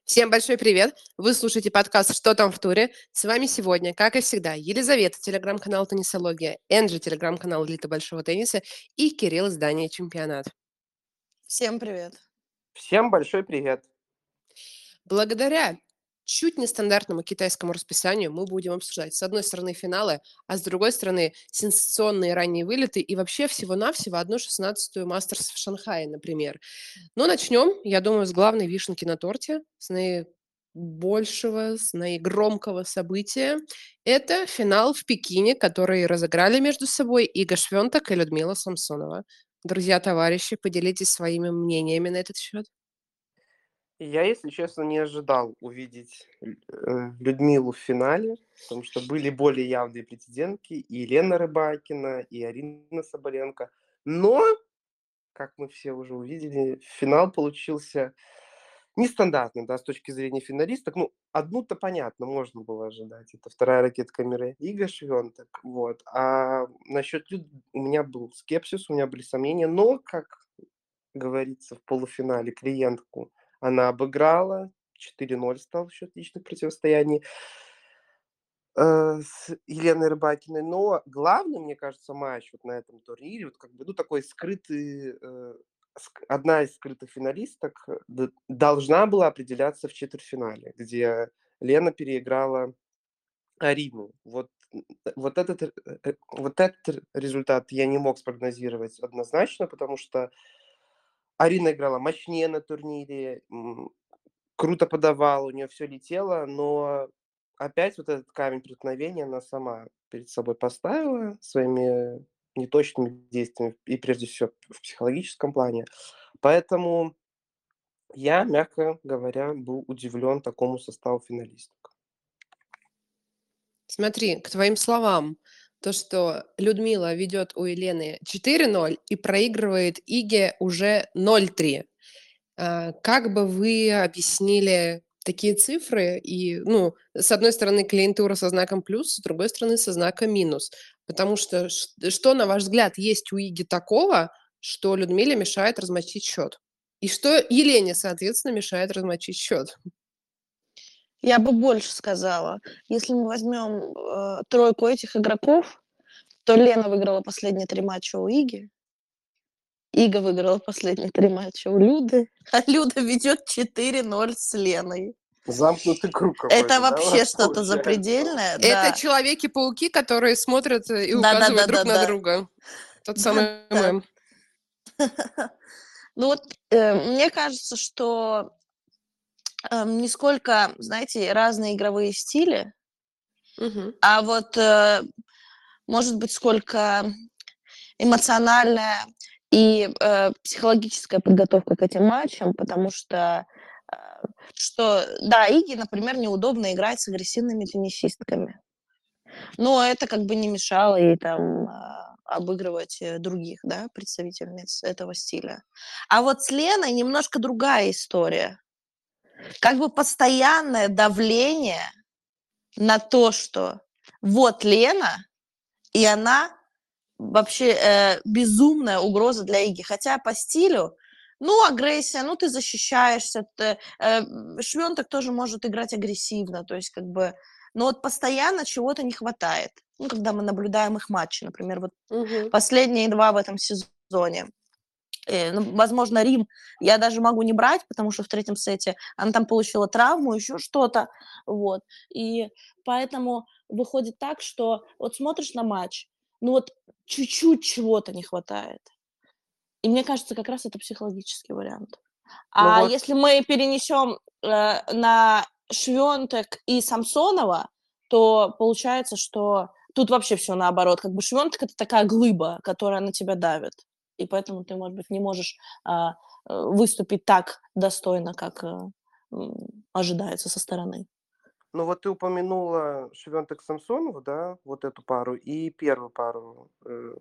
Всем большой привет! Вы слушаете подкаст «Что там в туре?». С вами сегодня, как и всегда, Елизавета, телеграм-канал «Теннисология», Энджи, телеграм-канал «Элита большого тенниса» и Кирилл, издание «Чемпионат». Всем привет. Всем большой привет. Благодаря чуть нестандартному китайскому расписанию мы будем обсуждать, с одной стороны, финалы, а с другой стороны, сенсационные ранние вылеты и вообще всего-навсего 1/16 Мастерс в Шанхае, например. Но начнем, я думаю, с главной вишенки на торте, с наибольшего, с наигромкого события. Это финал в Пекине, который разыграли между собой Ига Швёнтек и Людмила Самсонова. Друзья, товарищи, поделитесь своими мнениями на этот счет. Я, если честно, не ожидал увидеть Людмилу в финале, потому что были более явные претендентки и Елена Рыбакина, и Арина Соболенко. Но, как мы все уже увидели, финал получился нестандартным, да, с точки зрения финалисток. Ну, одну-то понятно, можно было ожидать. Это вторая ракетка мира Ига Швёнтек. Вот. А насчет у меня был скепсис, у меня были сомнения, но, как говорится, в полуфинале клиентку она обыграла. 4-0 стал счет личных противостояний с Еленой Рыбакиной. Но главный, мне кажется, матч вот на этом турнире, вот как бы, ну, такой скрытый, одна из скрытых финалисток должна была определяться в четвертьфинале, где Лена переиграла Арину. Вот этот результат я не мог спрогнозировать однозначно, потому что Арина играла мощнее на турнире, круто подавала, у нее все летело, но опять вот этот камень преткновения она сама перед собой поставила своими неточными действиями и прежде всего в психологическом плане. Поэтому я, мягко говоря, был удивлен такому составу финалисток. Смотри, к твоим словам, то, что Людмила ведет у Елены 4-0 и проигрывает Иге уже 0-3. Как бы вы объяснили такие цифры? И, ну, с одной стороны, клиентура со знаком плюс, с другой стороны, со знаком минус. Потому что что, на ваш взгляд, есть у Иги такого, что Людмиле мешает размочить счет? И что Елене, соответственно, мешает размочить счет? Я бы больше сказала. Если мы возьмем тройку этих игроков, то Лена выиграла последние 3 матча у Иги, Ига выиграла последние 3 матча у Люды, а Люда ведет 4-0 с Леной. Замкнутый круг Это какой-то, да, у вообще нас что-то получается? запредельное, Это да. Человеки-пауки, которые смотрят и указывают друг на Да-да-да-да-да. друга. Тот самый Да-да. мем. Ну вот, мне кажется, что, не сколько, знаете, разные игровые стили, Мгм. а вот, может быть, сколько эмоциональная и, психологическая подготовка к этим матчам, потому что, э, да, Иге, например, неудобно играть с агрессивными теннисистками, но это как бы не мешало ей там, обыгрывать, других, да, представительниц этого стиля. А вот с Леной немножко другая история. Как бы постоянное давление на то, что вот Лена, и она вообще, безумная угроза для Иги. Хотя по стилю, ну, агрессия, ну, ты защищаешься. Швёнтек тоже может играть агрессивно. То есть как бы, но вот постоянно чего-то не хватает. Ну, когда мы наблюдаем их матчи. Например, вот Мгм. последние 2 в этом сезоне. Ну, возможно, Рим я даже могу не брать, потому что в третьем сете она там получила травму, еще что-то. Вот. И поэтому выходит так, что вот смотришь на матч, ну вот чуть-чуть чего-то не хватает. И мне кажется, как раз это психологический вариант. Ну А вот, если мы перенесем на Швёнтек и Самсонова, то получается, что тут вообще все наоборот. Как бы Швёнтек — это такая глыба, которая на тебя давит. И поэтому ты, может быть, не можешь выступить так достойно, как ожидается со стороны. ну вот ты упомянула Швёнтек Самсонову, да, вот эту пару, и первую пару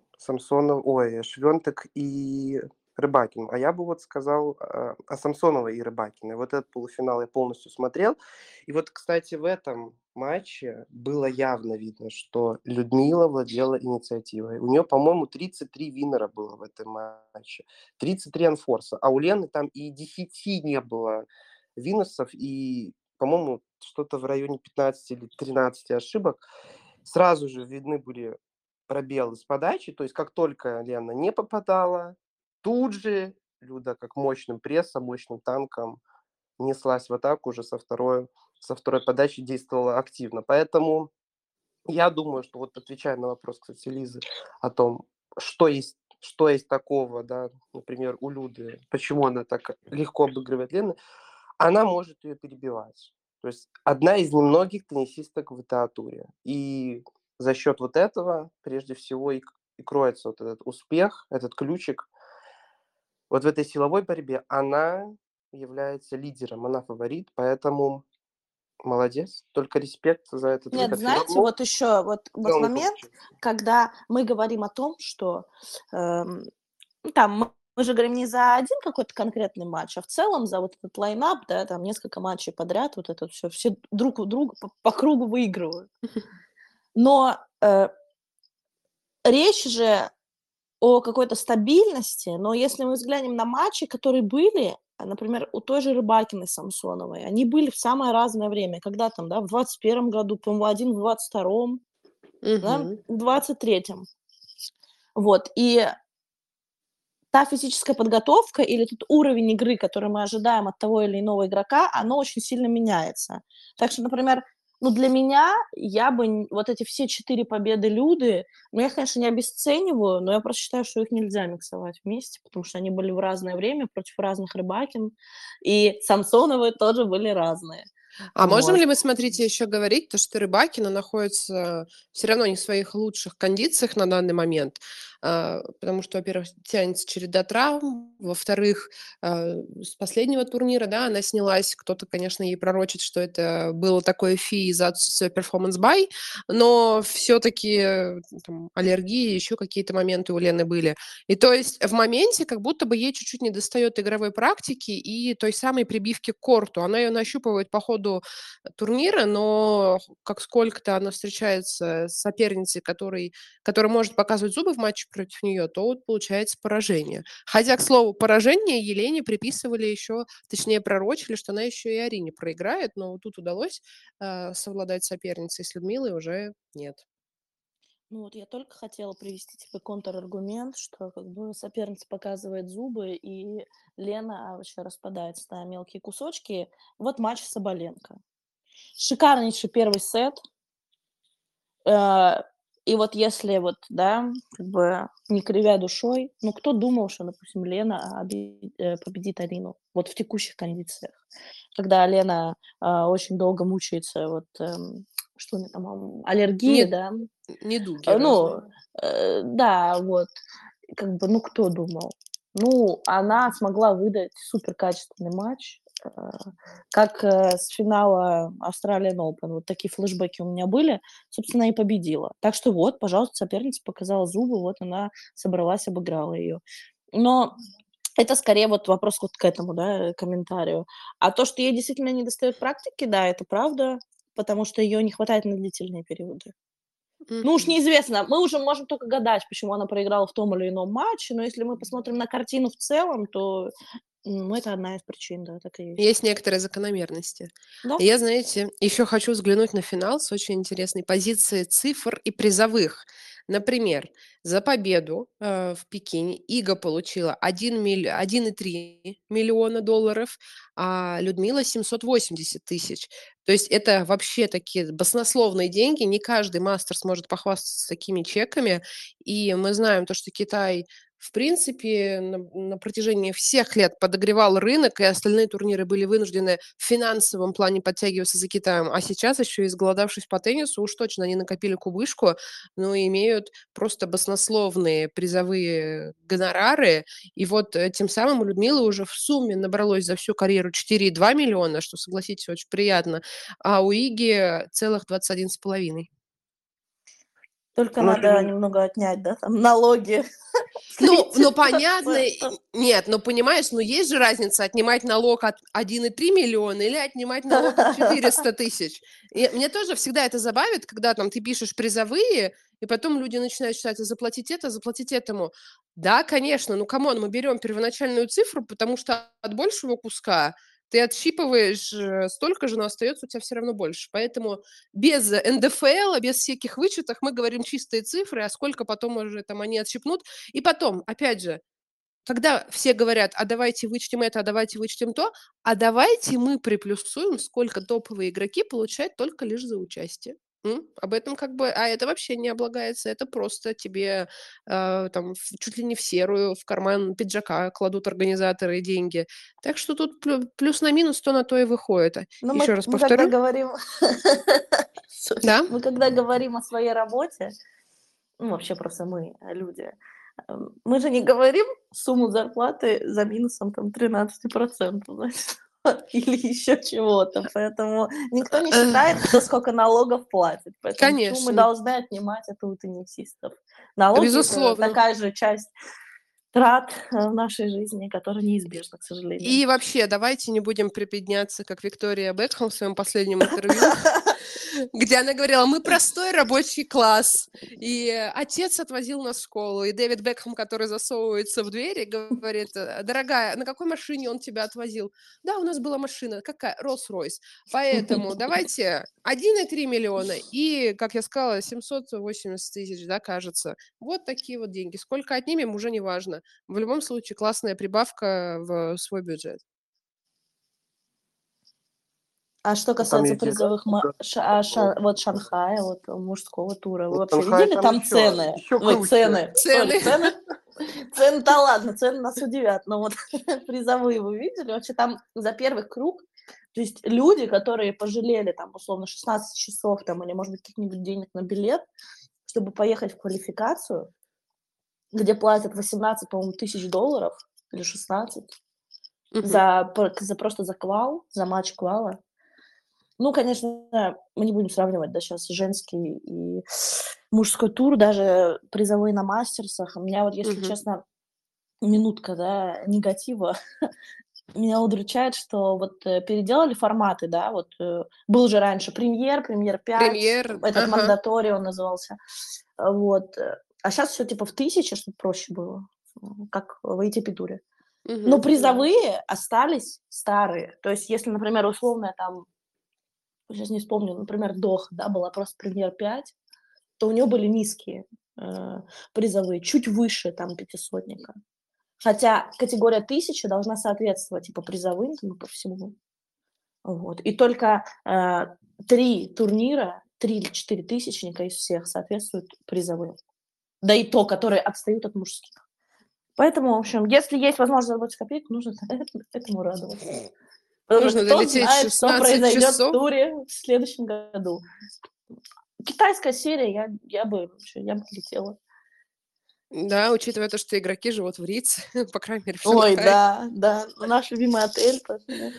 Швёнтек и Рыбакин. А я бы вот сказал о Самсоновой и Рыбакиной. Вот этот полуфинал я полностью смотрел. И вот, кстати, в этом матче было явно видно, что Людмила владела инициативой. У нее, по-моему, 33 виннера было в этом матче. 33 анфорса. А у Лены там и 10 не было виносов и, по-моему, что-то в районе 15 или 13 ошибок. Сразу же видны были пробелы с подачей, то есть как только Лена не попадала, тут же Люда как мощным прессом, мощным танком неслась в атаку уже со второй подачи, действовала активно. Поэтому я думаю, что вот отвечая на вопрос, кстати, Лизы о том, что есть такого, да, например, у Люды, почему она так легко обыгрывает Лену, она может ее перебивать. То есть одна из немногих теннисисток в этой туре. И за счет вот этого, прежде всего, и кроется вот этот успех, этот ключик. Вот в этой силовой борьбе она является лидером, она фаворит, поэтому молодец, только респект за этот Нет, выход в финал. знаете, вот еще вот Финал не момент, получился. когда мы говорим о том, что ну, там мы же говорим не за один какой-то конкретный матч, а в целом за вот этот лайнап, да, там несколько матчей подряд, вот это все друг у друга по кругу выигрывают. Но речь же о какой-то стабильности, но если мы взглянем на матчи, которые были, например, у той же Рыбакиной Самсоновой, они были в самое разное время. Когда там, да, в 21 году, по-моему, один в 22-м, да, Мгм. в 23-м. Вот, и та физическая подготовка или тот уровень игры, который мы ожидаем от того или иного игрока, оно очень сильно меняется. Так что, например, ну, для меня, я бы вот эти все 4 победы Люды, ну, я их, конечно, не обесцениваю, но я просто считаю, что их нельзя миксовать вместе, потому что они были в разное время против разных Рыбакин, и Самсоновы тоже были разные. А можем Вот. ли мы, смотрите, еще говорить, то, что Рыбакина находится все равно не в своих лучших кондициях на данный момент, потому что, во-первых, тянется череда травм, во-вторых, с последнего турнира, да, она снялась, кто-то, конечно, ей пророчит, что это было такое фи из-за отсутствия перформанс-бай, но все-таки аллергии, еще какие-то моменты у Лены были. И то есть в моменте как будто бы ей чуть-чуть недостает игровой практики и той самой прибивки к корту. Она ее нащупывает по ходу турнира, но как сколько-то она встречается с соперницей, которая может показывать зубы в матче против нее, то вот получается поражение. Хотя, к слову, поражение Елене приписывали еще, точнее, пророчили, что она еще и Арине проиграет, но вот тут удалось совладать с соперницей, с Людмилой уже нет. Ну вот я только хотела привести тебе контраргумент, что как бы соперница показывает зубы, и Лена вообще распадается на мелкие кусочки. Вот матч Соболенко. Шикарнейший первый сет. Э, И вот если вот, да, как бы не кривя душой, ну кто думал, что, допустим, Лена победит Арину вот в текущих кондициях, когда Лена очень долго мучается, вот что у нее там, аллергия, Не, да, недуги ну, разные. да, вот, как бы, ну, кто думал? Ну, она смогла выдать супер качественный матч, как, с финала Australian Open. Вот такие флешбеки у меня были. Собственно, и победила. Так что вот, пожалуйста, соперница показала зубы, вот она собралась, обыграла ее. Но это скорее вот вопрос вот к этому, да, комментарию. А то, что ей действительно недостает практики, да, это правда, потому что ее не хватает на длительные периоды. Ну уж Мгм. неизвестно. Мы уже можем только гадать, почему она проиграла в том или ином матче, но если мы посмотрим на картину в целом, то, ну, это одна из причин, да, так и есть. Есть некоторые закономерности. Да. Я, знаете, еще хочу взглянуть на финал с очень интересной позиции цифр и призовых. Например, за победу в Пекине Ига получила 1,3 миллиона долларов, а Людмила 780 тысяч. То есть это вообще такие баснословные деньги. Не каждый мастер сможет похвастаться такими чеками. И мы знаем то, что Китай в принципе, на протяжении всех лет подогревал рынок, и остальные турниры были вынуждены в финансовом плане подтягиваться за Китаем. А сейчас еще, изголодавшись по теннису, уж точно они накопили кубышку, но имеют просто баснословные призовые гонорары. И вот тем самым у Людмилы уже в сумме набралось за всю карьеру 4,2 миллиона, что, согласитесь, очень приятно, а у Иги целых 21,5. Только Ну, надо немного отнять, да, там налоги Ну, понятно, 30%. нет, ну, понимаешь, ну, есть же разница отнимать налог от 1,3 миллиона или отнимать налог от 400 тысяч. И мне тоже всегда это забавит, когда там ты пишешь призовые, и потом люди начинают считать, заплатить это, заплатить этому. Да, конечно, ну, камон, мы берем первоначальную цифру, потому что от большего куска Ты отщипываешь столько же, но остается у тебя все равно больше. Поэтому без НДФЛ, без всяких вычетов мы говорим чистые цифры, а сколько потом уже там они отщипнут. И потом, опять же, когда все говорят: "А давайте вычтем это, а давайте вычтем то", а давайте мы приплюсуем, сколько топовые игроки получают только лишь за участие. Об этом как бы это вообще не облагается, это просто тебе, там чуть ли не в серую, в карман пиджака кладут организаторы деньги. Так что тут плюс на минус то на то и выходит. Но Еще раз мы когда повторю. говорим Да? мы когда говорим о своей работе, ну, вообще просто мы, люди, мы же не говорим сумму зарплаты за минусом там 13%, значит, или еще чего-то. Поэтому никто не считает, кто сколько налогов платит. Поэтому почему мы Конечно, должны отнимать это у теннисистов? Налоги — это безусловно. такая же часть трат в нашей жизни, которая неизбежна, к сожалению. И вообще, давайте не будем припедняться, как Виктория Бекхэм в своем последнем интервью, где она говорила: "Мы простой рабочий класс". И отец отвозил нас в школу, и Дэвид Бекхэм, который засовывается в дверь и говорит: "Дорогая, на какой машине он тебя отвозил?" "Да, у нас была машина". "Какая?" "Rolls-Royce". Поэтому давайте 1,3 миллиона и, как я сказала, 780 тысяч, да, кажется. Вот такие вот деньги. Сколько отнимем, уже не важно. В любом случае классная прибавка в свой бюджет. А что Ну, там касается есть призовых 19 вот Шанхая, вот мужского тура, вы Ну, вообще Шанхай видели там там еще, цены? еще Ой, круче. цены, сори, Цены. цены? Цены-то ладно, цены нас удивят, но вот призовые вы видели? Вообще там за первый круг, то есть люди, которые пожалели там условно 16 часов там или, может быть, каких-нибудь денег на билет, чтобы поехать в квалификацию, где платят 18, по-моему, тысяч долларов или 16 Мгм. за просто за квал, за матч квала. Ну, конечно, мы не будем сравнивать, да, сейчас женский и мужской тур, даже призовые на мастерсах. У меня вот, если Мгм. честно, минутка, да, негатива. Меня удручает, что вот переделали форматы, да, вот был же раньше премьер 5, Премьер. этот Ага. мандатори он назывался, вот, а сейчас все типа в 1000, чтобы проще было, как в ATP-туре. Но Мгм. Да. призовые остались старые. То есть если, например, условно там, сейчас не вспомню, например, Доха, да, была просто премьер 5, то у него были низкие э, призовые, чуть выше там пятисотника. Хотя категория 1000 должна соответствовать и по призовым, и по всему. Вот. И только 3 турнира, 3 или 4 тысячника из всех соответствуют призовым. Да и то, которые отстают от мужских. Поэтому, в общем, если есть возможность заработать копейку, нужно этому радоваться. Потому что Нужно кто долететь знает, что 16 произойдет в часов. туре в следующем году. Китайская серия, я бы летела. Да, учитывая то, что игроки живут в Рице, по крайней мере, в Ой, Шанхае. да, да, наш любимый отель тоже, да.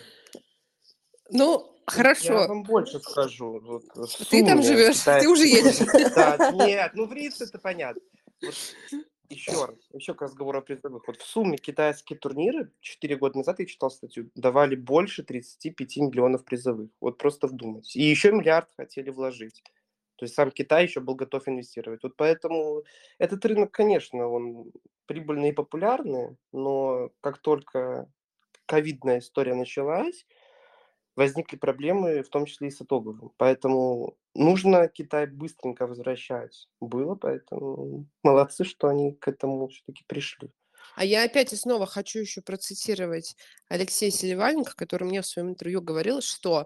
Ну, Я хорошо. вам больше скажу. Вот в Ты там сумме живешь, ты уже китайский едешь. турнир. Да, нет, ну в Рице это понятно. Вот еще раз, еще к разговору о призовых. Вот в сумме китайские турниры 4 года назад, я читал статью, давали больше 35 миллионов призовых. Вот просто вдумайтесь. И еще миллиард хотели вложить. То есть сам Китай еще был готов инвестировать. Вот поэтому этот рынок, конечно, он прибыльный и популярный, но как только ковидная история началась, возникли проблемы, в том числе и с итоговым. Поэтому нужно Китай быстренько возвращать. Было, поэтому молодцы, что они к этому все-таки пришли. А я опять и снова хочу еще процитировать Алексея Селиваненко, который мне в своем интервью говорил, что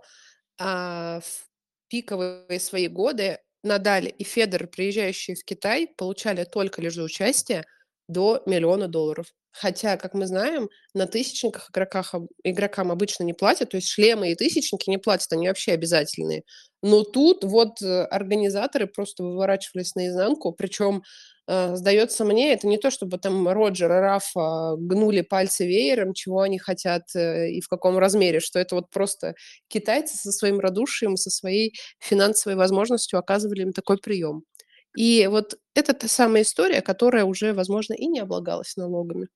в пиковые свои годы Надаль и Федер, приезжающие в Китай, получали только лишь за участие до миллиона долларов. Хотя, как мы знаем, на тысячниках игрокам обычно не платят, то есть шлемы и тысячники не платят, они вообще обязательные. Но тут вот организаторы просто выворачивались наизнанку, причем сдается мне, это не то, чтобы там Роджер и Рафа гнули пальцы веером, чего они хотят и в каком размере, что это вот просто китайцы со своим радушием, со своей финансовой возможностью оказывали им такой прием. И вот это та самая история, которая уже, возможно, и не облагалась налогами.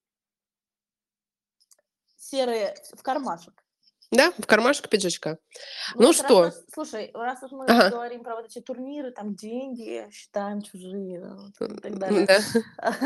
Серые в кармашек. Да, в кармашек пиджачка. Ну Ну вот что? слушай, раз уж мы Ага. говорим про вот эти турниры, там деньги считаем чужие, вот, и так далее. Да.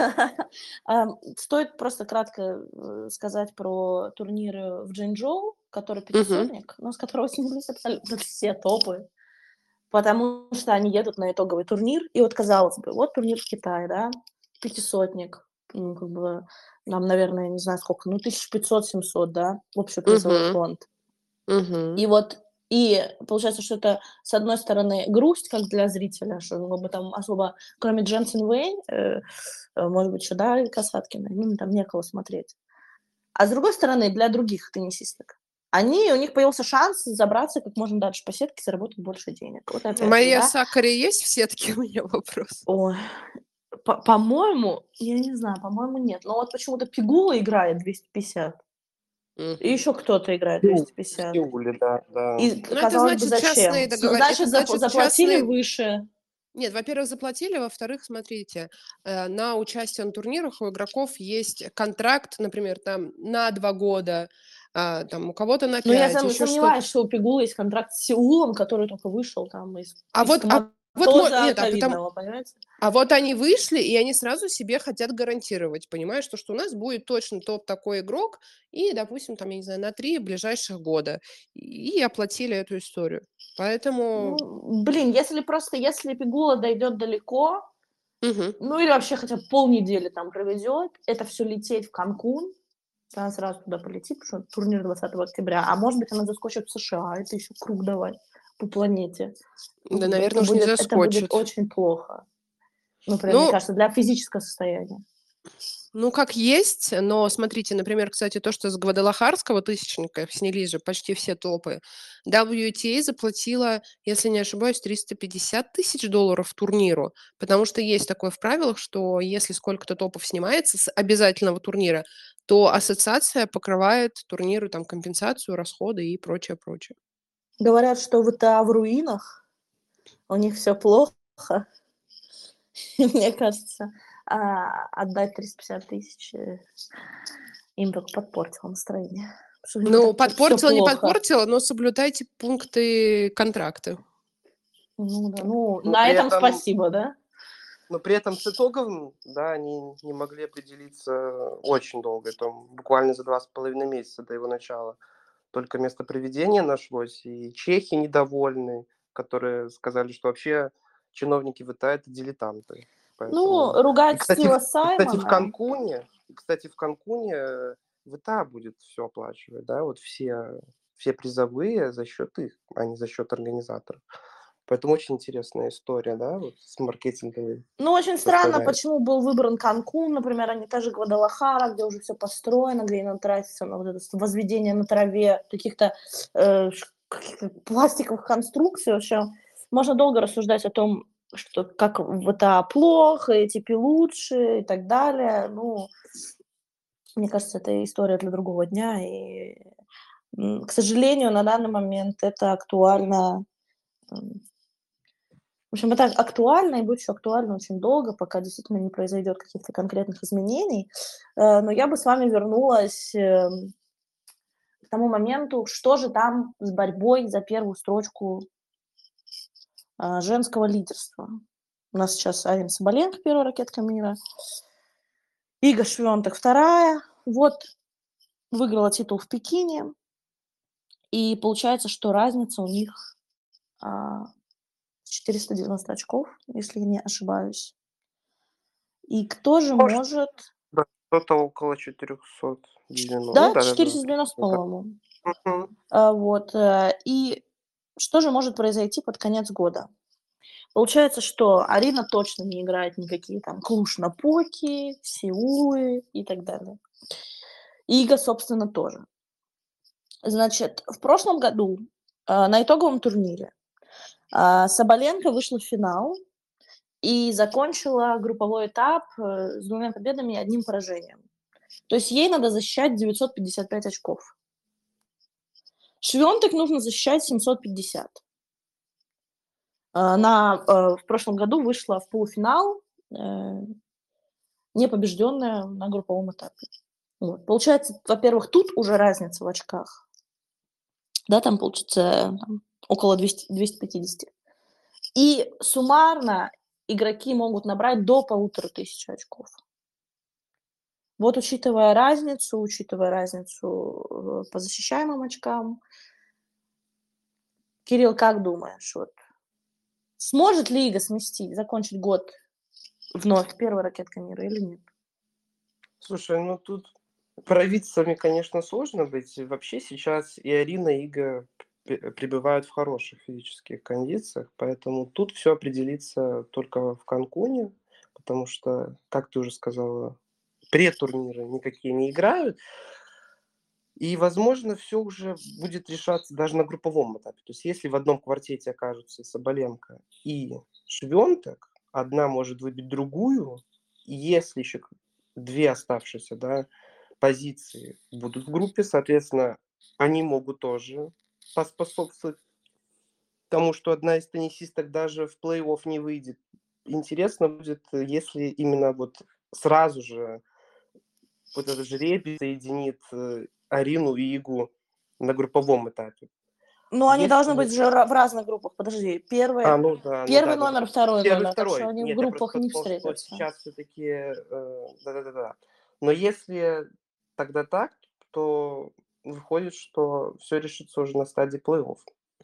Стоит просто кратко сказать про турниры в Джэньчжоу. который Мгм. пятисотник, но с которого снялись абсолютно все топы, потому что они едут на итоговый турнир. И вот, казалось бы, вот турнир в Китае, да, пятисотник, как бы нам, наверное, не знаю сколько, 1500-700, да, общий призовой Мгм. фонд. Мгм. И вот, и получается, что это, с одной стороны, грусть, как для зрителя, что бы там особо, кроме Дженсен Вейн, может быть, еще, да, и Касаткиной, ну, там некого смотреть. А с другой стороны, для других теннисисток, у них появился шанс забраться как можно дальше по сетке, заработать больше денег. Вот опять же, Мария да. Сакари есть в сетке? У меня вопрос. Ой, по-моему, я не знаю, по-моему, нет. Но вот почему-то Пигула играет 250, и Мгм. еще кто-то играет В 250. Сеуле, да, да. И, Ну, это казалось бы, значит частные зачем? договор это Значит, значит заплатили частные выше. Нет, во-первых, заплатили, во-вторых, смотрите, на участие на турнирах у игроков есть контракт, например, там на 2 года, там у кого-то на Но я 5, еще что-то. сомневаюсь, что у Пигулы есть контракт с Сеулом, который только вышел там А из вот а вот коматоза нет, ковидного, понимаете? а вот они вышли, и они сразу себе хотят гарантировать, понимаешь, что у нас будет точно тот такой игрок, и, допустим, там, я не знаю, на 3 ближайших года. И оплатили эту историю. Поэтому Ну, блин, если Пигула дойдет далеко, мгм. ну или вообще хотя бы полнедели там проведет, это все лететь в Канкун, она сразу туда полетит, потому что турнир 20 октября, а может быть, она заскочит в США, это еще круг давать по планете. Ну, Да, как бы наверное, уж не это будет заскочит. очень плохо. Например, мне Ну, кажется, для физического состояния. Ну, как есть, но смотрите, например, кстати, то, что с гвадалахарского тысячника снялись же почти все топы, WTA заплатила, если не ошибаюсь, 350 тысяч долларов турниру, потому что есть такое в правилах, что если сколько-то топов снимается с обязательного турнира, то ассоциация покрывает турниру там компенсацию, расходы и прочее, прочее. Говорят, что ВТА в руинах, у них все плохо. Мне кажется, отдать 350 тысяч им только подпортило настроение. Потому что у них Ну, так все подпортила, не плохо. подпортила, но соблюдайте пункты контракта. Ну да, ну Но на при этом этом спасибо, да? Но при этом с итогом, да, они не могли определиться очень долго, там буквально за 2,5 месяца до его начала. Только место проведения нашлось, и чехи недовольны, которые сказали, что вообще чиновники ВТА — это дилетанты. Ну, Поэтому и, ругать кстати, Фила в Саймона. Канкуне ВТА будет все оплачивать, да, вот все призовые за счет их, а не за счет организаторов. Поэтому очень интересная история, да, вот с маркетинговой Ну, очень странно, составляющей. почему был выбран Канкун, например, а не та же Гвадалахара, где уже все построено, где не надо тратиться на вот это возведение на траве каких-то каких-то пластиковых конструкций. Вообще, можно долго рассуждать о том, что как это плохо, эти типи лучше и так далее. Ну, мне кажется, это история для другого дня. И, к сожалению, на данный момент это актуально. В общем, это актуально и будет еще актуально очень долго, пока действительно не произойдет каких-то конкретных изменений. Но я бы с вами вернулась к тому моменту, что же там с борьбой за первую строчку женского лидерства. У нас сейчас Арина Соболенко, первая ракетка мира, Ига Швионтек вторая. Вот выиграла титул в Пекине, и получается, что разница у них 490 очков, если я не ошибаюсь. И кто же Может, может... да, что-то около 490. Ну Да, да-да-да. 490, Это. по-моему. Мгм. Вот. И что же может произойти под конец года? Получается, что Арина точно не играет никакие там Клуш-Напоки, Сеулы и так далее. Ига, собственно, тоже. Значит, в прошлом году на итоговом турнире Соболенко вышла в финал и закончила групповой этап с 2 победами и 1 поражением. То есть ей надо защищать 955 очков. Швионтек нужно защищать 750. В прошлом году вышла в полуфинал, непобежденная на групповом этапе. Вот. Получается, во-первых, тут уже разница в очках. Да, там получится около 250. И суммарно игроки могут набрать до 1500 очков. Вот учитывая разницу по защищаемым очкам, Кирилл, как думаешь, вот сможет ли Ига закончить год вновь первой ракеткой мира или нет? Слушай, ну тут провидцами, конечно, сложно быть. Вообще сейчас и Арина, и Ига пребывают в хороших физических кондициях, поэтому тут все определится только в Канкуне, потому что, как ты уже сказала, претурниры никакие не играют. И, возможно, все уже будет решаться даже на групповом этапе. То есть если в одном квартете окажутся и Соболенко, и Швёнтек, одна может выбить другую, и если еще две оставшиеся, да, позиции будут в группе, соответственно, они могут тоже поспособствовать тому, что одна из теннисисток даже в плей-офф не выйдет. Интересно будет, если именно вот сразу же вот этот жребий соединит Арину и Игу на групповом этапе. Ну, они должны Если... быть же в разных группах. Подожди, Ну да, первый да. номер, второй Первый, номер, так что второй. они в Нет, я группах просто не подумал, что встретятся. сейчас все-таки... Да. Но если тогда так, то выходит, что все решится уже на стадии плей-офф.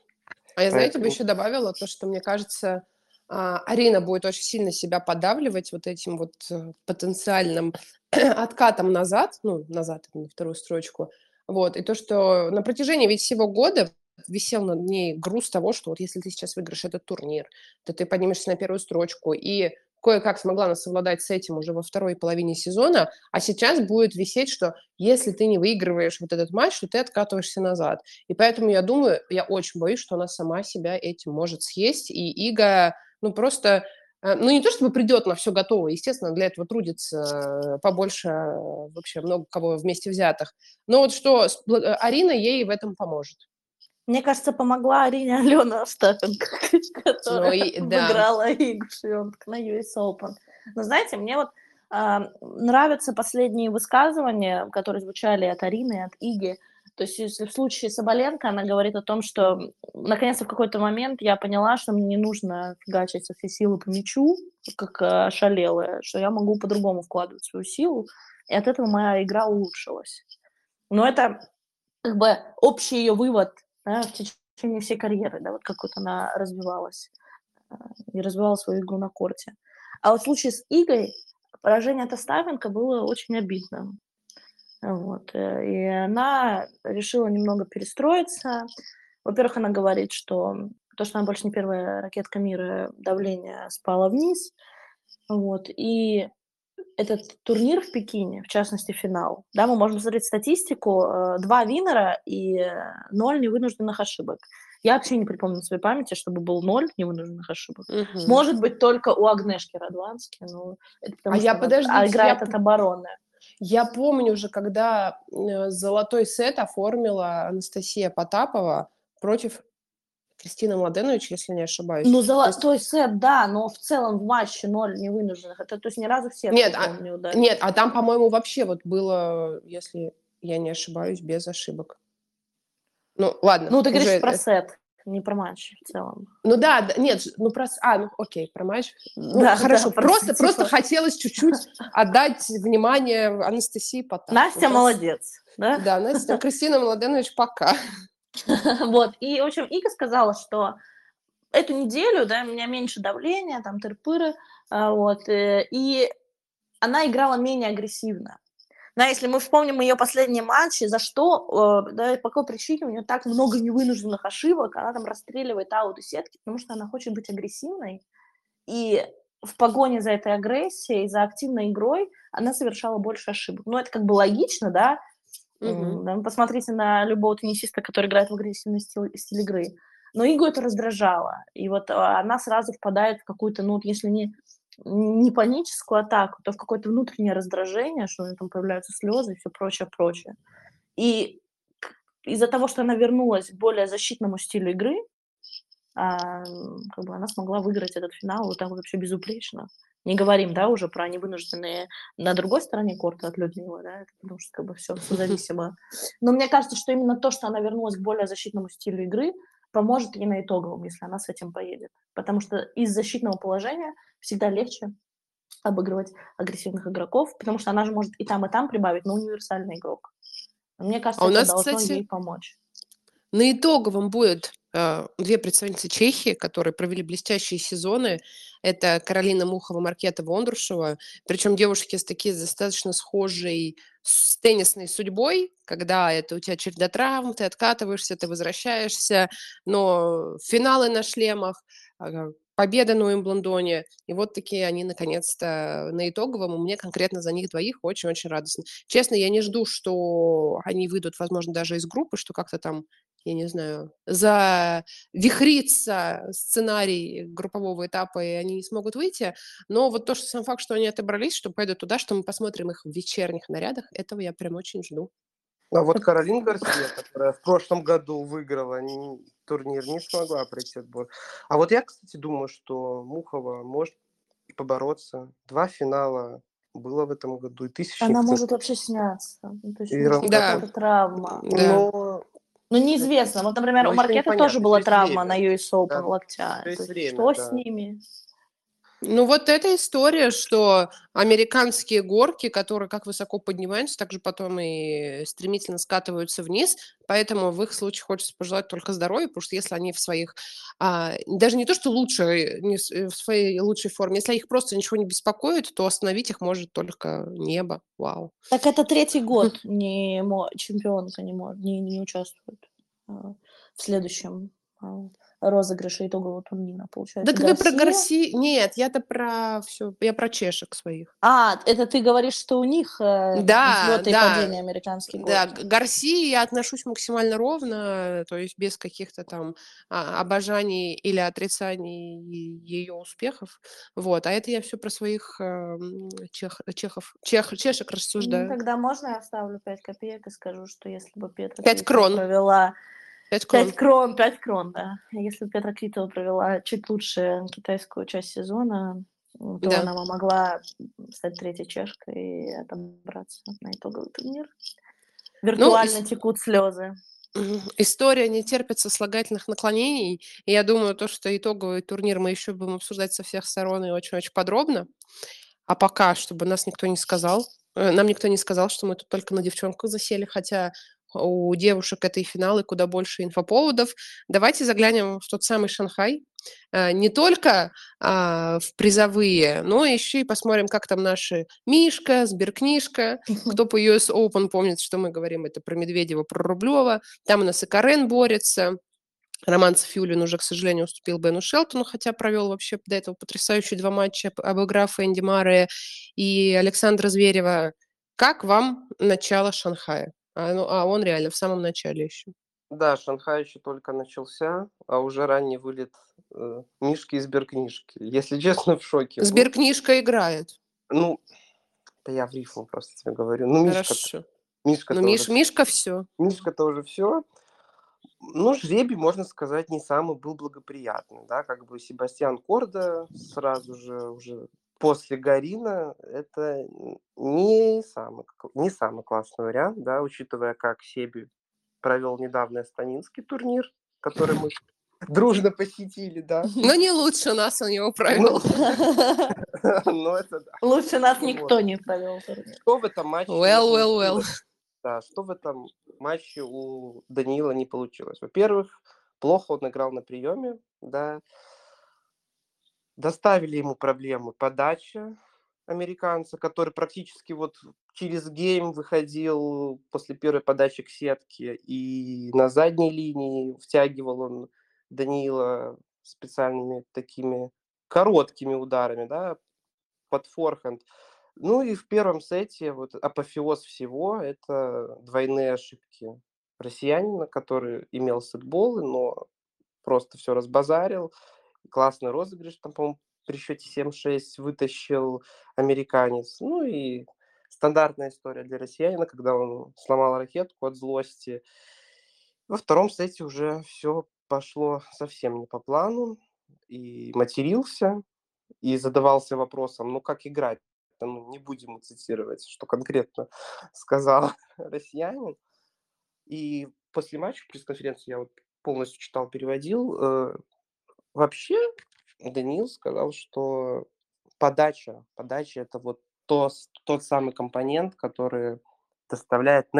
А я, знаете, бы Поэтому... еще добавила то, что, мне кажется, Арина будет очень сильно себя подавливать вот этим вот потенциальным откатом назад, ну, назад на вторую строчку, вот, и то, что на протяжении ведь всего года висел над ней груз того, что вот если ты сейчас выиграешь этот турнир, то ты поднимешься на первую строчку, и кое-как смогла она совладать с этим уже во второй половине сезона, а сейчас будет висеть, что если ты не выигрываешь вот этот матч, то ты откатываешься назад. И поэтому я думаю, я очень боюсь, что она сама себя этим может съесть, и Ига, ну, просто, ну, не то чтобы придет на все готово, естественно, для этого трудится побольше, вообще много кого вместе взятых, но вот что Арина ей в этом поможет. Мне кажется, помогла Арине Алена Остапенко, Ну, которая и, да. обыграла Игу Швёнтек на US Open. Но знаете, мне вот нравятся последние высказывания, которые звучали от Арины и от Иги. То есть если в случае Соболенко она говорит о том, что наконец-то в какой-то момент я поняла, что мне не нужно фигачить со всей силы по мячу, как ошалелая, что я могу по-другому вкладывать свою силу, и от этого моя игра улучшилась. Но это как бы общий ее вывод, да, в течение всей карьеры, да, вот как вот она развивалась и развивала свою игру на корте. А вот в случае с Игой поражение от Остапенко было очень обидным. Вот. И она решила немного перестроиться. Во-первых, она говорит, что то, что она больше не первая ракетка мира, давление спало вниз. Вот. И этот турнир в Пекине, в частности, финал, да, мы можем посмотреть статистику, 2 виннера и 0 невынужденных ошибок. Я вообще не припомню на своей памяти, чтобы был 0 невынужденных ошибок. Мгм. Может быть, только у Агнешки Радвански, но это потому А что я, она подождите, играет от обороны. я помню уже, когда золотой сет оформила Анастасия Потапова против Кристины Младенович, если не ошибаюсь. Ну, То есть, золотой сет, да, но в целом в матче 0 невынужденных. Это, то есть ни разу в сетку, нет, по-моему, не ударили. нет, а там, по-моему, вообще вот было, если я не ошибаюсь, без ошибок. Ну, ладно, Ну, ты уже... говоришь про сет, не про матч в целом. Ну да, нет, ну про... ну окей, про матч. Ну, Да, хорошо, просто просто типа хотелось чуть-чуть отдать внимание Анастасии Потаповой. Настя молодец, да? Да, Настя, Кристина Младенович пока. Вот, и, в общем, Ика сказала, что эту неделю, да, у меня меньше давления, там, тыры-пыры, вот, и она играла менее агрессивно. Да, если мы вспомним ее последние матчи, за что, да, по какой причине у нее так много невынужденных ошибок, она там расстреливает ауты сетки, потому что она хочет быть агрессивной, и в погоне за этой агрессией, за активной игрой она совершала больше ошибок. Ну, это как бы логично, да, Мгм. да, посмотрите на любого теннисиста, который играет в агрессивный стиль игры. Но Игу это раздражало. И вот она сразу впадает в какую-то, ну, вот если не паническую атаку, то в какое-то внутреннее раздражение, что у нее там появляются слезы и все прочее, прочее. И из-за того, что она вернулась к более защитному стилю игры, как бы она смогла выиграть этот финал вот так вот вообще безупречно. Не говорим, да, уже про невынужденные на другой стороне корта от Людмилы, да, это потому что как бы все созависимо. Но мне кажется, что именно то, что она вернулась к более защитному стилю игры, поможет ей на итоговом, если она с этим поедет. Потому что из защитного положения всегда легче обыгрывать агрессивных игроков, потому что она же может и там прибавить, но универсальный игрок. Мне А кажется, у это нас, должно кстати, ей помочь. на итоговом будет 2 представительницы Чехии, которые провели блестящие сезоны. Это Каролина Мухова, Маркета Вондрушева. Причем девушки с такие достаточно схожей с теннисной судьбой, когда это у тебя череда травм, ты откатываешься, ты возвращаешься, но финалы на шлемах, победа на Уимблдоне. И вот такие они наконец-то на итоговом. И мне конкретно за них двоих очень-очень радостно. Честно, я не жду, что они выйдут, возможно, даже из группы, что как-то там, я не знаю, завихрится сценарий группового этапа, и они не смогут выйти. Но вот то, что сам факт, что они отобрались, что пойдут туда, что мы посмотрим их в вечерних нарядах, этого я прям очень жду. А вот Так, Каролин Гарсия, которая в прошлом году выиграла турнир, не смогла пройти отбор. А вот я, кстати, думаю, что Мухова может побороться. 2 финала было в этом году, и она тысячник, может вообще сняться. Ну, то есть и у нее может быть Да, какая-то травма. да. но Ну, неизвестно. Вот, например, у еще Маркеты тоже непонятно, еще была есть травма на время. US Open Да, локтя. еще То есть есть время, что с да. ними? Ну, вот эта история, что американские горки, которые как высоко поднимаются, так же потом и стремительно скатываются вниз, поэтому в их случае хочется пожелать только здоровья, потому что если они в своих, даже не то, что лучше, в своей лучшей форме, если их просто ничего не беспокоит, то остановить их может только небо. Вау. Так это третий год чемпионка не участвует в следующем розыгрыше итогового турнира, Да получается. вы про Гарсия. Гарси... Нет, я-то про все, я про чешек своих. Это ты говоришь, что у них Да, взлеты и да, падения американские да, горки. к Гарсии я отношусь максимально ровно, то есть без каких-то там обожаний или отрицаний ее успехов. Вот, а это я все про своих чешек рассуждаю. Тогда можно я вставлю 5 копеек и скажу, что если бы Петра 5 Квитова крон, провела 5 крон. 5 крон, да. Если бы Петра Квитова провела чуть лучше китайскую часть сезона, то Да. она бы могла стать третьей чешкой и отобраться на итоговый турнир. Ну, Виртуально текут слезы. история не терпит сослагательных наклонений. И я думаю, то, что итоговый турнир мы еще будем обсуждать со всех сторон и очень-очень подробно. А пока, чтобы нам никто не сказал, что мы тут только на девчонках засели, хотя у девушек это и финалы, куда больше инфоповодов. Давайте заглянем в тот самый Шанхай. Не только в призовые, но еще и посмотрим, как там наши Мишка, Сберкнижка. Кто по US Open помнит, что мы говорим, это про Медведева, про Рублева. Там у нас и Карен борется. Роман Сафиуллин уже, к сожалению, уступил Бену Шелтону, хотя провел вообще до этого потрясающие 2 матча, обыграв Энди Маре и Александра Зверева. Как вам начало Шанхая? Он реально в самом начале еще. Да, Шанхай еще только начался, а уже ранний вылет Мишки из Сберкнижки. Если честно, в шоке был. Сберкнижка играет. Ну, да я в рифму просто тебе говорю. Ну, Мишка-то, Хорошо. Ну, Мишка-то уже все. Мишка все. Мишка-то уже все. Ну, жребий, можно сказать, не самый был благоприятный, да, как бы Себастьян Корда сразу же уже после Гарина, это не самый классный вариант, да, учитывая, как Себи провел недавно Астанинский турнир, который мы дружно посетили, да. Но не лучше нас он его Ну, провел. ну это да. Лучше нас Вот. никто не провел турнир. Что в этом матче не Well, well, well. получилось? Да, что в этом матче у Даниила не получилось? Во-первых, плохо он играл на приеме, да. Доставили ему проблемы подача американца, который практически вот через гейм выходил после первой подачи к сетке и на задней линии втягивал он Даниила специальными такими короткими ударами, да, под форхенд. Ну и в первом сете вот апофеоз всего — это двойные ошибки россиянина, который имел сетболы, но просто все разбазарил. Классный розыгрыш, там, по-моему, при счете 7-6 вытащил американец. Ну и стандартная история для россиянина, когда он сломал ракетку от злости. Во втором сете уже все пошло совсем не по плану. И матерился, и задавался вопросом, ну как играть? Ну, не будем мы цитировать, что конкретно сказал россиянин. И после матча, пресс-конференции, я вот полностью читал, переводил, вообще Даниил сказал, что подача. Подача — это вот тот самый компонент, который доставляет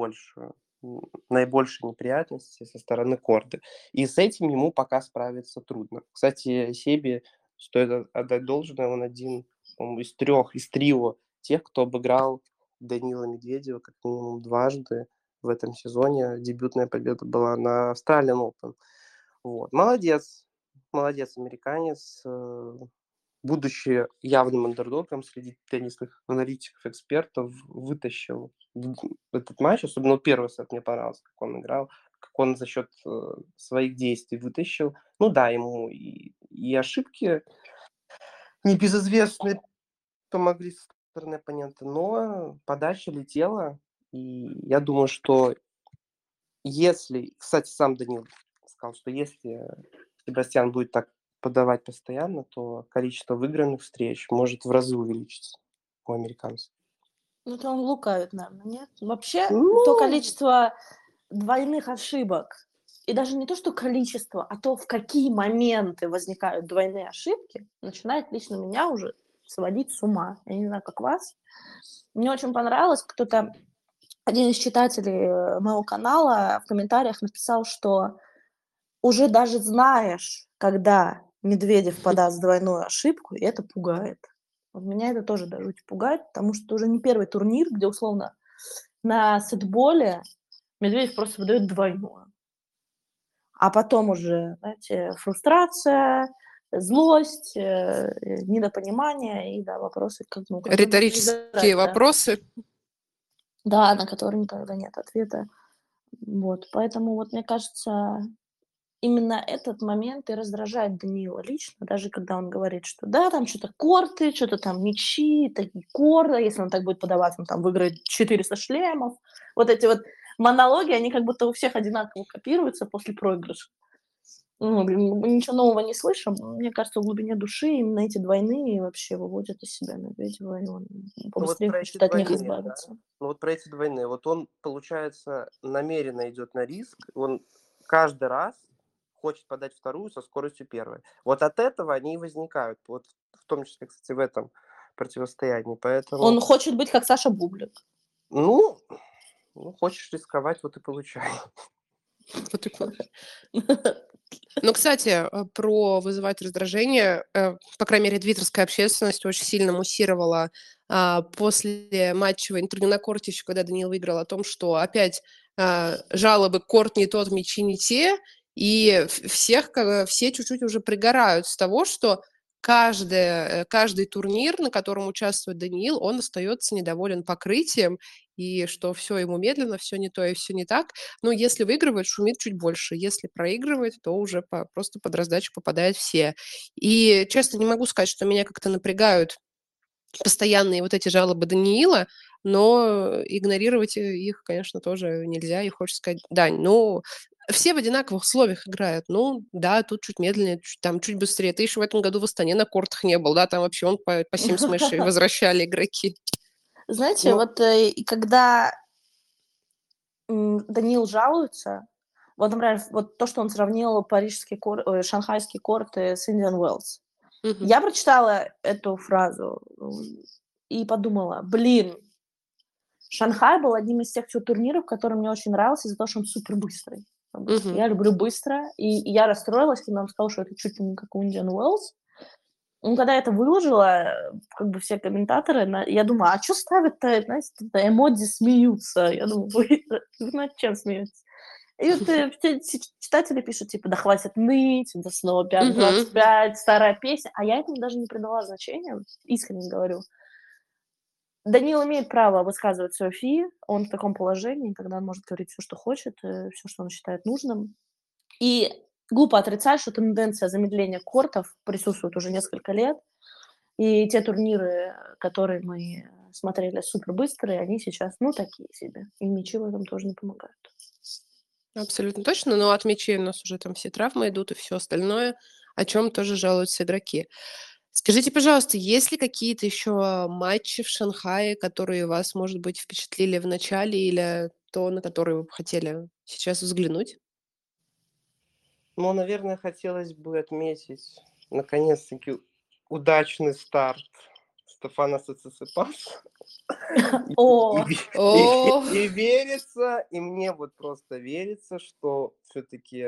наибольшие неприятности со стороны корты. И с этим ему пока справиться трудно. Кстати, Себе стоит отдать должное, он один, по-моему, из трио тех, кто обыграл Данила Медведева как минимум дважды в этом сезоне. Дебютная победа была на Australian Open. Вот. Молодец, молодец американец, будучи явным андердогом среди теннисных аналитиков, экспертов, вытащил этот матч. Особенно первый сет мне понравился, как он играл, как он за счет своих действий вытащил. Ну да, ему и ошибки небезызвестные помогли со стороны оппонента, но подача летела. И я думаю, что если, кстати, сам Данил сказал, что если Себастьян будет так подавать постоянно, то количество выигранных встреч может в разы увеличиться у американцев. Ну, это он лукавит, наверное, нет? Вообще, то Ну, количество двойных ошибок, и даже не то, что количество, а то, в какие моменты возникают двойные ошибки, начинает лично меня уже сводить с ума. Я не знаю, как вас. Мне очень понравилось, один из читателей моего канала в комментариях написал, что уже даже знаешь, когда Медведев подаст двойную ошибку, и это пугает. Вот меня это тоже даже пугает, потому что это уже не первый турнир, где, условно, на сетболе Медведев просто выдает двойную. А потом уже, знаете, фрустрация, злость, недопонимание и, да, вопросы, как, ну, которые можно Риторические задать, да. вопросы. Да, на которые никогда нет ответа. Вот, поэтому вот мне кажется, именно этот момент и раздражает Даниила лично, даже когда он говорит, что да, там что-то корты, что-то там мячи, такие корты, если он так будет подавать, он там выиграет 400 шлемов. Вот эти вот монологи, они как будто у всех одинаково копируются после проигрыша. Ну, мы ничего нового не слышим. Мне кажется, в глубине души именно эти двойные вообще выводят из себя Медведева, и он ну вот побыстрее про эти хочет от них двойные, да. избавиться. Ну вот про эти двойные. Вот он, получается, намеренно идет на риск. Он каждый раз хочет подать вторую со скоростью первой. Вот от этого они и возникают. Вот в том числе, кстати, в этом противостоянии. Поэтому, Он хочет быть как Саша Бублик. ну, хочешь рисковать, вот и получай. Вот и получ- Ну, кстати, про вызывать раздражение, по крайней мере, твиттерская общественность очень сильно муссировала после матчевого интервью на корте, еще когда Даниил выиграл, о том, что опять жалобы корт не тот, мячи не те, и все чуть-чуть уже пригорают с того, что каждый турнир, на котором участвует Даниил, он остается недоволен покрытием, и что все ему медленно, все не то и все не так. Ну, если выигрывает, шумит чуть больше. Если проигрывает, то уже просто под раздачу попадают все. И, честно, не могу сказать, что меня как-то напрягают постоянные вот эти жалобы Даниила, но игнорировать их, конечно, тоже нельзя. И хочется сказать: Дань, ну, все в одинаковых условиях играют. Ну, да, тут чуть медленнее, там чуть быстрее. Ты еще в этом году в Астане на кортах не был, да, там вообще он по 7 смешей возвращали игроки. Знаете, Ну, вот и когда Даниил жалуется, вот, например, вот то, что он сравнил шанхайские корты с Indian Wells. Мгм. Я прочитала эту фразу и подумала, блин, Шанхай был одним из тех турниров, который мне очень нравился из-за того, что он супер быстрый. Мгм. Я люблю быстро, и я расстроилась, когда он сказал, что это чуть ли не как у Indian Wells. Ну, когда я это выложила, как бы все комментаторы, я думаю, а что ставят-то, знаете, эмодзи смеются. Я думаю, вы над чем смеетесь? И вот все читатели пишут, типа, да хватит ныть, это снова Мгм. 5:25, старая песня. А я этому даже не придала значения, искренне говорю. Даниил имеет право высказывать свое фи, он в таком положении, когда он может говорить все, что хочет, все, что он считает нужным. И глупо отрицать, что тенденция замедления кортов присутствует уже несколько лет. И те турниры, которые мы смотрели супер быстрые, они сейчас, ну, такие себе. И мячи в этом тоже не помогают. Абсолютно точно, но от мячей у нас уже там все травмы идут и все остальное, о чем тоже жалуются игроки. Скажите, пожалуйста, есть ли какие-то еще матчи в Шанхае, которые вас, может быть, впечатлили в начале или то, на которые вы бы хотели сейчас взглянуть? наверное, хотелось бы отметить, наконец-таки, удачный старт Стефанаса Циципаса. О, О, И верится, и мне вот просто верится, что все-таки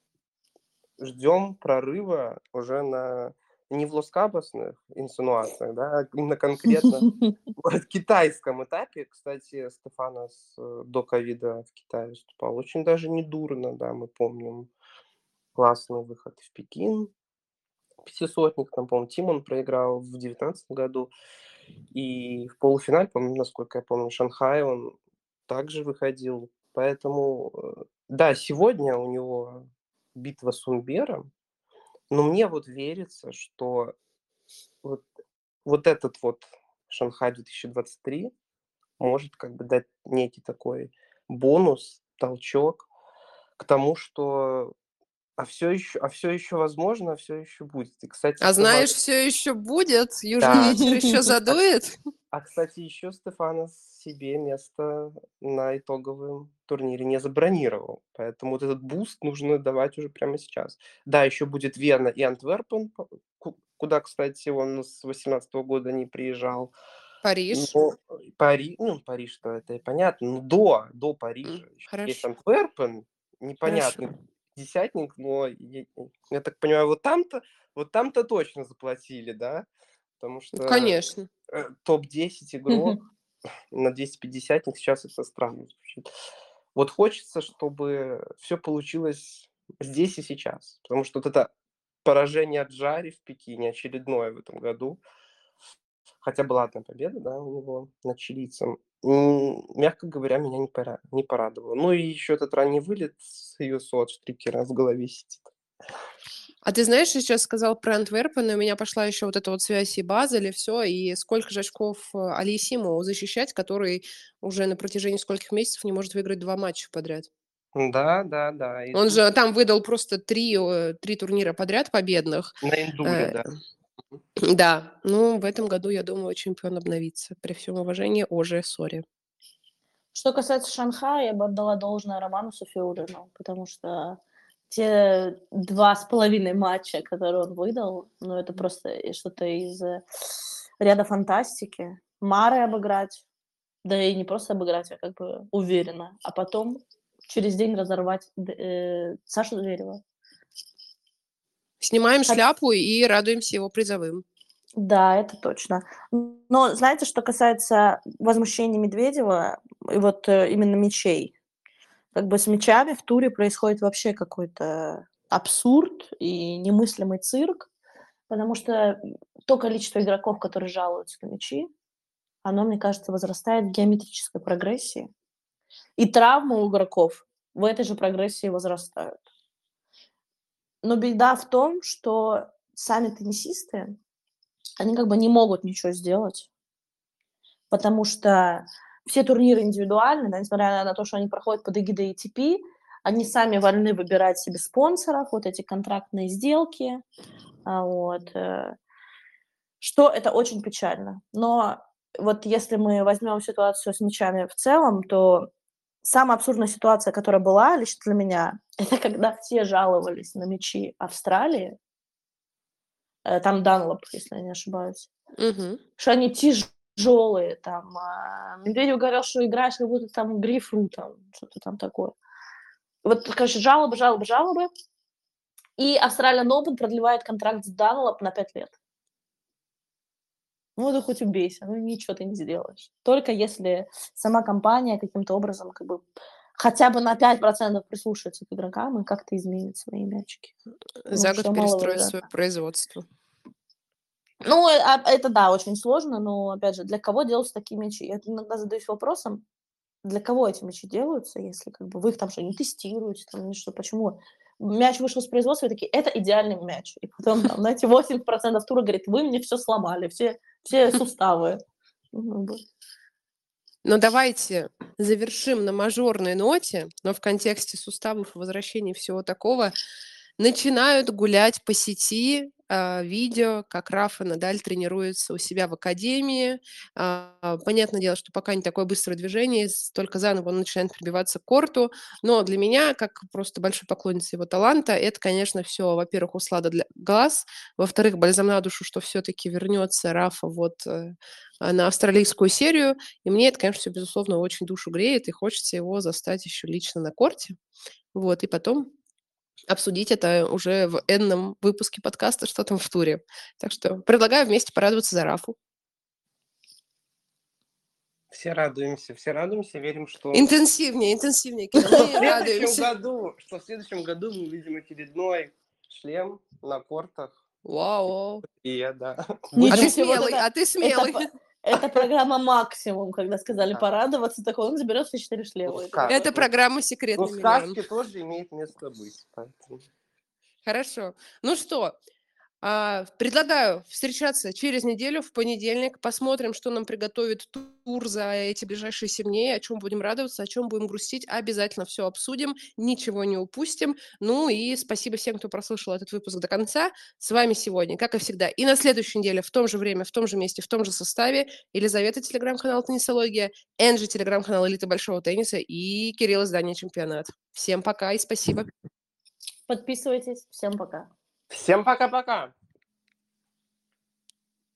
ждем прорыва уже не в лоскабасных инсинуациях, да, а именно конкретно в китайском этапе. Кстати, Стефанос до ковида в Китае выступал очень даже недурно, да, мы помним классный выход в Пекин, пятисотник, там, по-моему, Тимон проиграл в 2019 году, и в полуфинале, по-моему, насколько я помню, Шанхай он также выходил, поэтому, да, сегодня у него битва с Унбером, но мне вот верится, что вот, вот этот вот Шанхай 2023 может как бы дать некий такой бонус, толчок к тому, что все еще возможно, все еще будет. И, кстати, а знаешь, все еще будет, южный Да. ветер еще задует. Кстати, еще Стефанос себе место на итоговом турнире не забронировал. Поэтому вот этот буст нужно давать уже прямо сейчас. Да, еще будет Вена и Антверпен, куда, кстати, он с 2018 года не приезжал. Париж. Но Париж-то это и понятно. Но до Парижа еще есть Хорошо. Антверпен, непонятный Хорошо. десятник, но я так понимаю, вот там-то точно заплатили, да? Потому что Конечно. топ-10 игрок на 250 сейчас это странно звучит. Вот хочется, чтобы все получилось здесь и сейчас. Потому что вот это поражение от Джари в Пекине, очередное в этом году, хотя была одна победа, да, у него над чилийцем, мягко говоря, меня не порадовало. Ну и еще этот ранний вылет с USO от Штрикера в голове сидит. А ты знаешь, я сейчас сказал про Антверпен, и у меня пошла еще вот эта вот связь и Базель, и все, и сколько же очков Алисиму защищать, который уже на протяжении скольких месяцев не может выиграть 2 матча подряд. Да. И Он тут же там выдал просто три турнира подряд победных. на эндуре, Э, да. Да, ну, в этом году, я думаю, чемпион обновится. При всем уважении, сори. что касается Шанхая, я бы отдала должное Роману Софиуллину, потому что те 2,5 матча, которые он выдал, ну, это просто что-то из ряда фантастики. Мары обыграть, да и не просто обыграть, а как бы уверенно, а потом через день разорвать Сашу Зверева. Снимаем Хот шляпу и радуемся его призовым. Да, это точно. Но знаете, что касается возмущения Медведева и вот, именно мячей? Как бы с мячами в туре происходит вообще какой-то абсурд и немыслимый цирк, потому что, то количество игроков, которые жалуются на мячи, оно, мне кажется, возрастает в геометрической прогрессии. И травмы у игроков в этой же прогрессии возрастают. Но беда в том, что сами теннисисты, они как бы не могут ничего сделать, потому что все турниры индивидуальны, да, несмотря на то, что они проходят под эгидой ATP, они сами вольны выбирать себе спонсоров, вот эти контрактные сделки, что это очень печально. Но вот если мы возьмем ситуацию с мячами в целом, то самая абсурдная ситуация, которая была лично для меня, это когда все жаловались на мячи Австралии, там Данлоп, если я не ошибаюсь, Мгм. что они тяжелые, там, Медведев говорил, что играешь как будто там грейпфрутом, что-то там такое. Вот, короче, жалобы, и Australian Open продлевает контракт с Dunlop на 5 лет. Ну, да хоть убейся, ну ничего ты не сделаешь. Только если сама компания каким-то образом как бы хотя бы на 5% прислушается к игрокам и как-то изменит свои мячики. За год Что перестроить свое маловероятно. производство. Ну, это да, очень сложно, но, опять же, для кого делаются такие мячи? Я иногда задаюсь вопросом, для кого эти мячи делаются, если как бы вы их там что, не тестируете, там, или что, почему? Мяч вышел с производства, и такие, это идеальный мяч. И потом, там, знаете, 80% тура говорит, вы мне все сломали, все суставы. Ну, Но давайте завершим на мажорной ноте, но в контексте суставов, возвращения и всего такого. Начинают гулять по сети видео, как Рафа Надаль тренируется у себя в академии. Понятное дело, что пока не такое быстрое движение, только заново он начинает прибиваться к корту. Но для меня, как просто большой поклонница его таланта, это, конечно, все, во-первых, услада для глаз, во-вторых, бальзам на душу, что все-таки вернется Рафа на австралийскую серию. И мне это, конечно, все, безусловно, очень душу греет, и хочется его застать еще лично на корте. И потом обсудить это уже в энном выпуске подкаста «Что там в туре?». Так что предлагаю вместе порадоваться за Рафу. Все радуемся, верим, что Интенсивнее, Кирилл, мы радуемся. в следующем году мы увидим очередной шлем на кортах. Вау. И я, да. А ты смелый. Это программа «Максимум», когда сказали порадоваться, так он заберет все 4 шлема. Это программа «Секретный миллион». Сказки тоже имеет место быть. Поэтому... Хорошо. Ну что, предлагаю встречаться через неделю, в понедельник. Посмотрим, что нам приготовит тур за эти ближайшие 7 дней, о чем будем радоваться, о чем будем грустить. Обязательно все обсудим, ничего не упустим. Ну и спасибо всем, кто прослушал этот выпуск до конца. С вами сегодня, как и всегда, и на следующей неделе в том же время, в том же месте, в том же составе Елизавета, телеграм-канал «Теннисология», Энджи, телеграм-канал «Элита большого тенниса» и Кирилл, издание «Чемпионат». Всем пока и спасибо. Подписывайтесь. Всем пока. Всем пока-пока.